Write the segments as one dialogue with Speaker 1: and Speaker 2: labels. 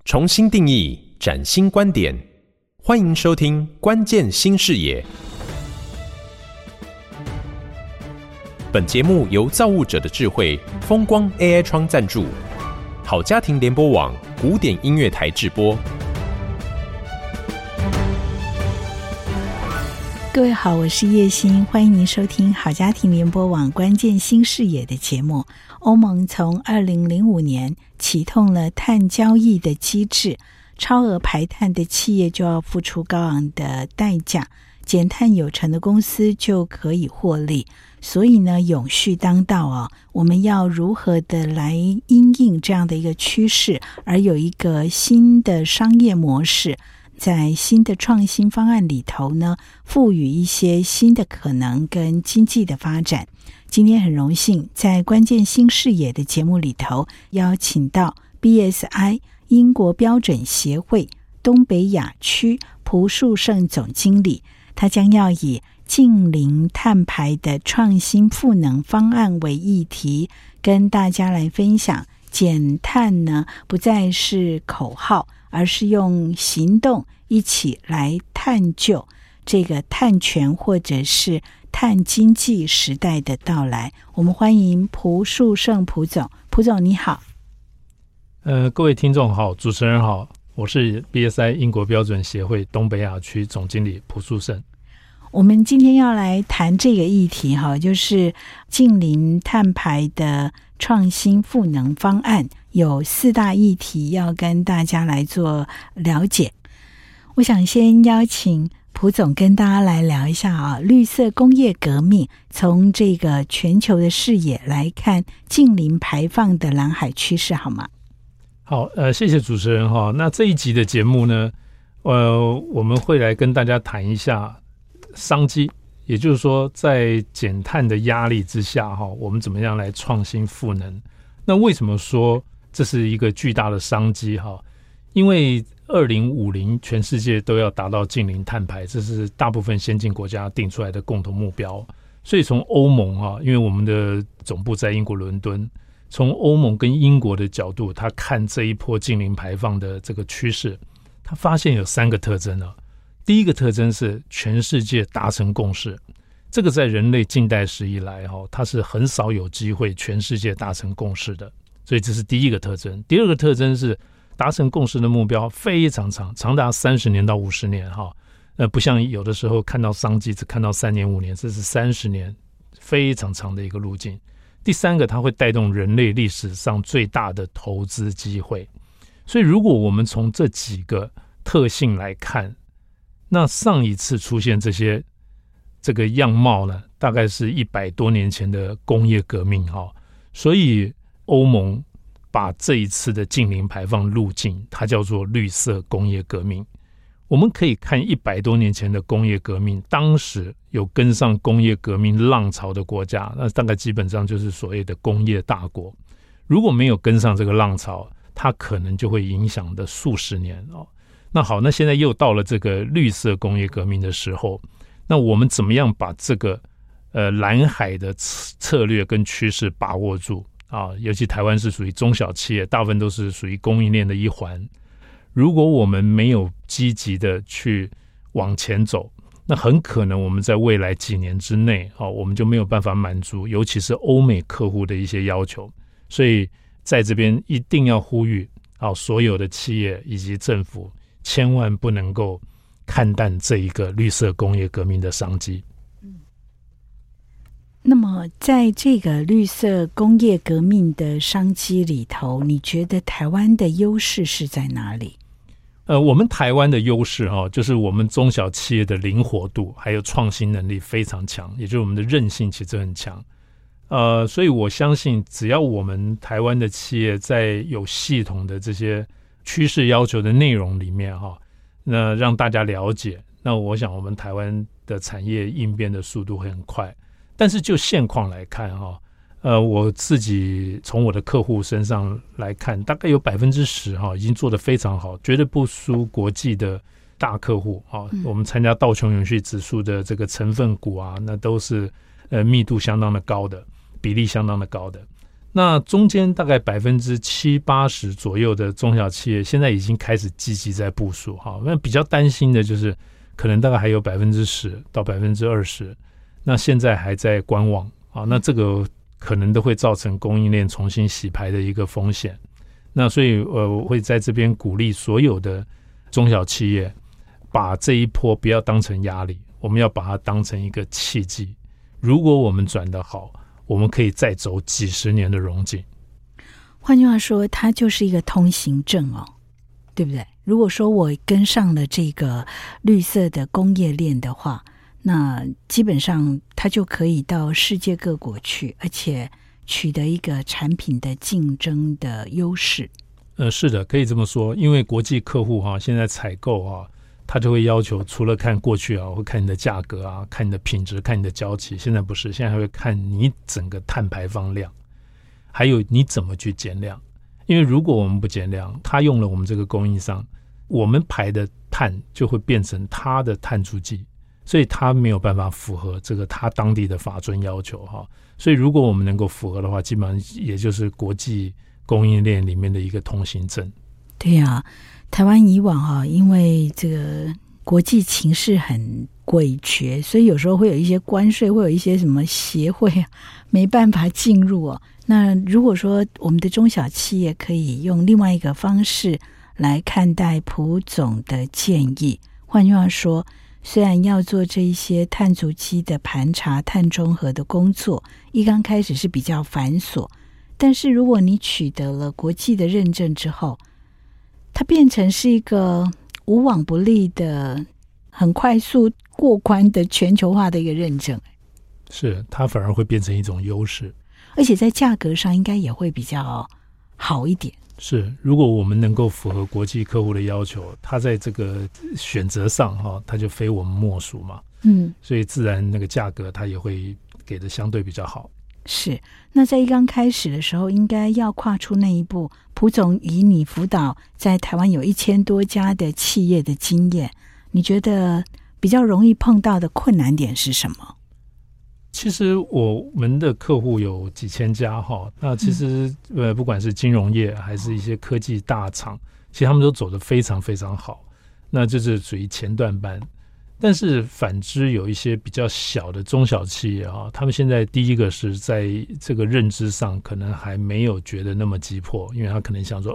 Speaker 1: 重新定义，崭新观点，欢迎收听《关键新视野》。本节目由造物者的智慧风光 AI 窗赞助，好家庭联播网古典音乐台制播。
Speaker 2: 各位好，我是叶欣，欢迎您收听好家庭联播网关键新视野的节目。欧盟从2005年启动了碳交易的机制，超额排碳的企业就要付出高昂的代价，减碳有成的公司就可以获利。所以呢，永续当道我们要如何的来因应这样的一个趋势，而有一个新的商业模式，在新的创新方案里头呢，赋予一些新的可能跟经济的发展。今天很荣幸在关键新视野的节目里头邀请到 BSI 英国标准协会东北亚区蒲树盛总经理，他将要以净零碳排的创新赋能方案为议题，跟大家来分享减碳呢不再是口号，而是用行动一起来探究这个碳权或者是碳经济时代的到来。我们欢迎蒲树盛蒲总。蒲总你好。
Speaker 3: 各位听众好，主持人好，我是 BSI 英国标准协会东北亚区总经理蒲树盛。
Speaker 2: 我们今天要来谈这个议题就是净零碳排的创新赋能方案，有4大议题要跟大家来做了解。我想先邀请蒲总跟大家来聊一下绿色工业革命，从这个全球的视野来看净零排放的蓝海趋势好吗？
Speaker 3: 好，谢谢主持人那这一集的节目呢，我们会来跟大家谈一下商机，也就是说在减碳的压力之下我们怎么样来创新赋能。那为什么说这是一个巨大的商机因为2050全世界都要达到净零碳排，这是大部分先进国家定出来的共同目标。所以从欧盟因为我们的总部在英国伦敦，从欧盟跟英国的角度，他看这一波净零排放的这个趋势，他发现有3个特征第一个特征是全世界达成共识，这个在人类近代史以来它是很少有机会全世界达成共识的，所以这是第一个特征。第二个特征是达成共识的目标非常长，长达30年到50年不像有的时候看到商机只看到3年5年，这是30年，非常长的一个路径。第三个，它会带动人类历史上最大的投资机会。所以如果我们从这几个特性来看，那上一次出现这个样貌呢，大概是100多年前的工业革命所以欧盟把这一次的净零排放路径，它叫做绿色工业革命。我们可以看100多年前的工业革命，当时有跟上工业革命浪潮的国家，那大概基本上就是所谓的工业大国。如果没有跟上这个浪潮，它可能就会影响的数十年那好，那现在又到了这个绿色工业革命的时候，那我们怎么样把这个蓝海的策略跟趋势把握住尤其台湾是属于中小企业，大部分都是属于供应链的一环。如果我们没有积极的去往前走，那很可能我们在未来几年之内我们就没有办法满足尤其是欧美客户的一些要求。所以在这边一定要呼吁所有的企业以及政府千万不能够看淡这一个绿色工业革命的商机。
Speaker 2: 那么在这个绿色工业革命的商机里头，你觉得台湾的优势是在哪里？
Speaker 3: 我们台湾的优势就是我们中小企业的灵活度还有创新能力非常强，也就是我们的韧性其实很强。所以我相信只要我们台湾的企业在有系统的这些趋势要求的内容里面那让大家了解，那我想我们台湾的产业应变的速度会很快。但是就现况来看我自己从我的客户身上来看，大概有 10% 已经做得非常好，绝对不输国际的大客户我们参加道琼永续指数的这个成分股那都是密度相当的高的，比例相当的高的。 那中间大概70%-80%左右的中小企业现在已经开始积极在部署哈。那比较担心的就是可能大概还有10%到20%，那现在还在观望啊。那这个可能都会造成供应链重新洗牌的一个风险。那所以我会在这边鼓励所有的中小企业，把这一波不要当成压力，我们要把它当成一个契机。如果我们转得好，我们可以再走几十年的荣景。
Speaker 2: 换句话说，它就是一个通行证哦，对不对？如果说我跟上了这个绿色的工业链的话，那基本上它就可以到世界各国去，而且取得一个产品的竞争的优势。
Speaker 3: 是的，可以这么说。因为国际客户现在采购他就会要求除了看过去会看你的价格看你的品质，看你的交期。现在不是，现在还会看你整个碳排放量，还有你怎么去减量。因为如果我们不减量，他用了我们这个供应商，我们排的碳就会变成他的碳足迹，所以他没有办法符合这个他当地的法遵要求所以如果我们能够符合的话，基本上也就是国际供应链里面的一个通行证。
Speaker 2: 对啊，台湾以往因为这个国际情势很诡谲，所以有时候会有一些关税，会有一些什么协会没办法进入那如果说我们的中小企业可以用另外一个方式来看待蒲总的建议，换句话说，虽然要做这一些碳足迹的盘查、碳中和的工作，一刚开始是比较繁琐，但是如果你取得了国际的认证之后，它变成是一个无往不利的、很快速过关的全球化的一个认证。
Speaker 3: 是，它反而会变成一种优势，
Speaker 2: 而且在价格上应该也会比较好一点。
Speaker 3: 是，如果我们能够符合国际客户的要求，他在这个选择上他就非我们莫属嘛。所以自然那个价格他也会给的相对比较好。
Speaker 2: 是，那在一刚开始的时候，应该要跨出那一步。蒲总，以你辅导在台湾有1000多家的企业的经验，你觉得比较容易碰到的困难点是什么？
Speaker 3: 其实我们的客户有几千家那其实不管是金融业还是一些科技大厂，其实他们都走得非常非常好，那就是属于前段班。但是反之，有一些比较小的中小企业他们现在第一个是在这个认知上可能还没有觉得那么急迫，因为他可能想说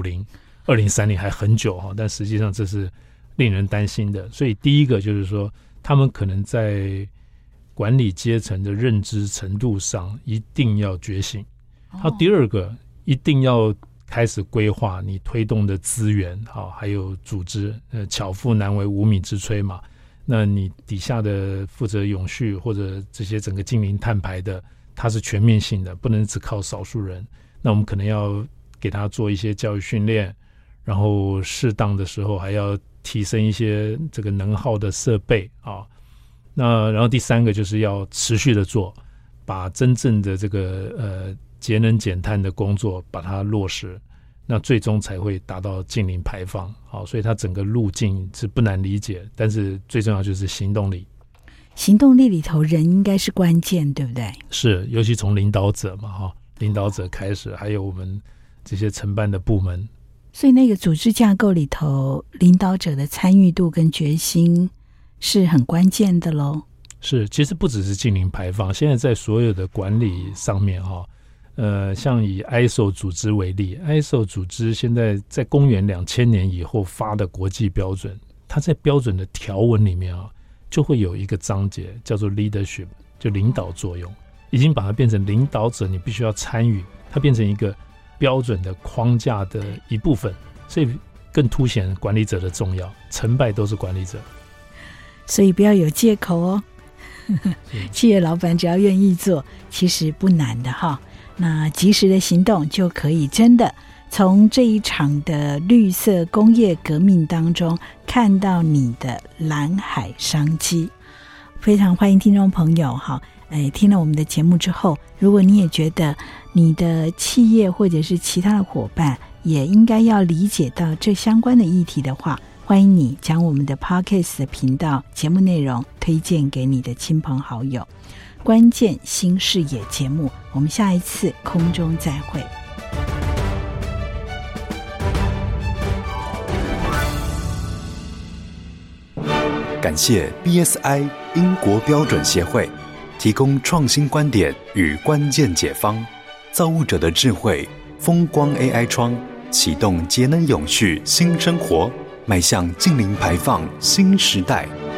Speaker 3: 2050、2030还很久但实际上这是令人担心的。所以第一个就是说，他们可能在管理阶层的认知程度上一定要觉醒。第二个，一定要开始规划你推动的资源还有组织。巧妇难为无米之炊嘛。那你底下的负责永续或者这些整个净零碳排的，它是全面性的，不能只靠少数人。那我们可能要给他做一些教育训练，然后适当的时候还要提升一些这个能耗的设备那然后第三个就是要持续的做，把真正的这个节能减碳的工作把它落实，那最终才会达到净零排放。所以它整个路径是不难理解，但是最重要就是行动力。
Speaker 2: 行动力里头人应该是关键，对不对？
Speaker 3: 是，尤其从领导者嘛领导者开始，还有我们这些承办的部门。
Speaker 2: 所以那个组织架构里头，领导者的参与度跟决心是很关键的咯。
Speaker 3: 是，其实不只是净零排放，现在在所有的管理上面像以 ISO 组织为例， ISO 组织现在在公元2000年以后发的国际标准，它在标准的条文里面就会有一个章节叫做 leadership， 就领导作用，已经把它变成领导者你必须要参与，它变成一个标准的框架的一部分，所以更凸显管理者的重要，成败都是管理者。
Speaker 2: 所以不要有借口企业老板只要愿意做，其实不难的那及时的行动就可以真的从这一场的绿色工业革命当中看到你的蓝海商机。非常欢迎听众朋友听了我们的节目之后，如果你也觉得你的企业或者是其他的伙伴也应该要理解到这相关的议题的话，欢迎你将我们的 Podcast 的频道节目内容推荐给你的亲朋好友。 关键新视野节目，我们下一次空中再会。
Speaker 4: 感谢 BSI 英国标准协会提供创新观点与关键解方，造物者的智慧，风光 AI 窗启动节能永续新生活，迈向净零排放新时代。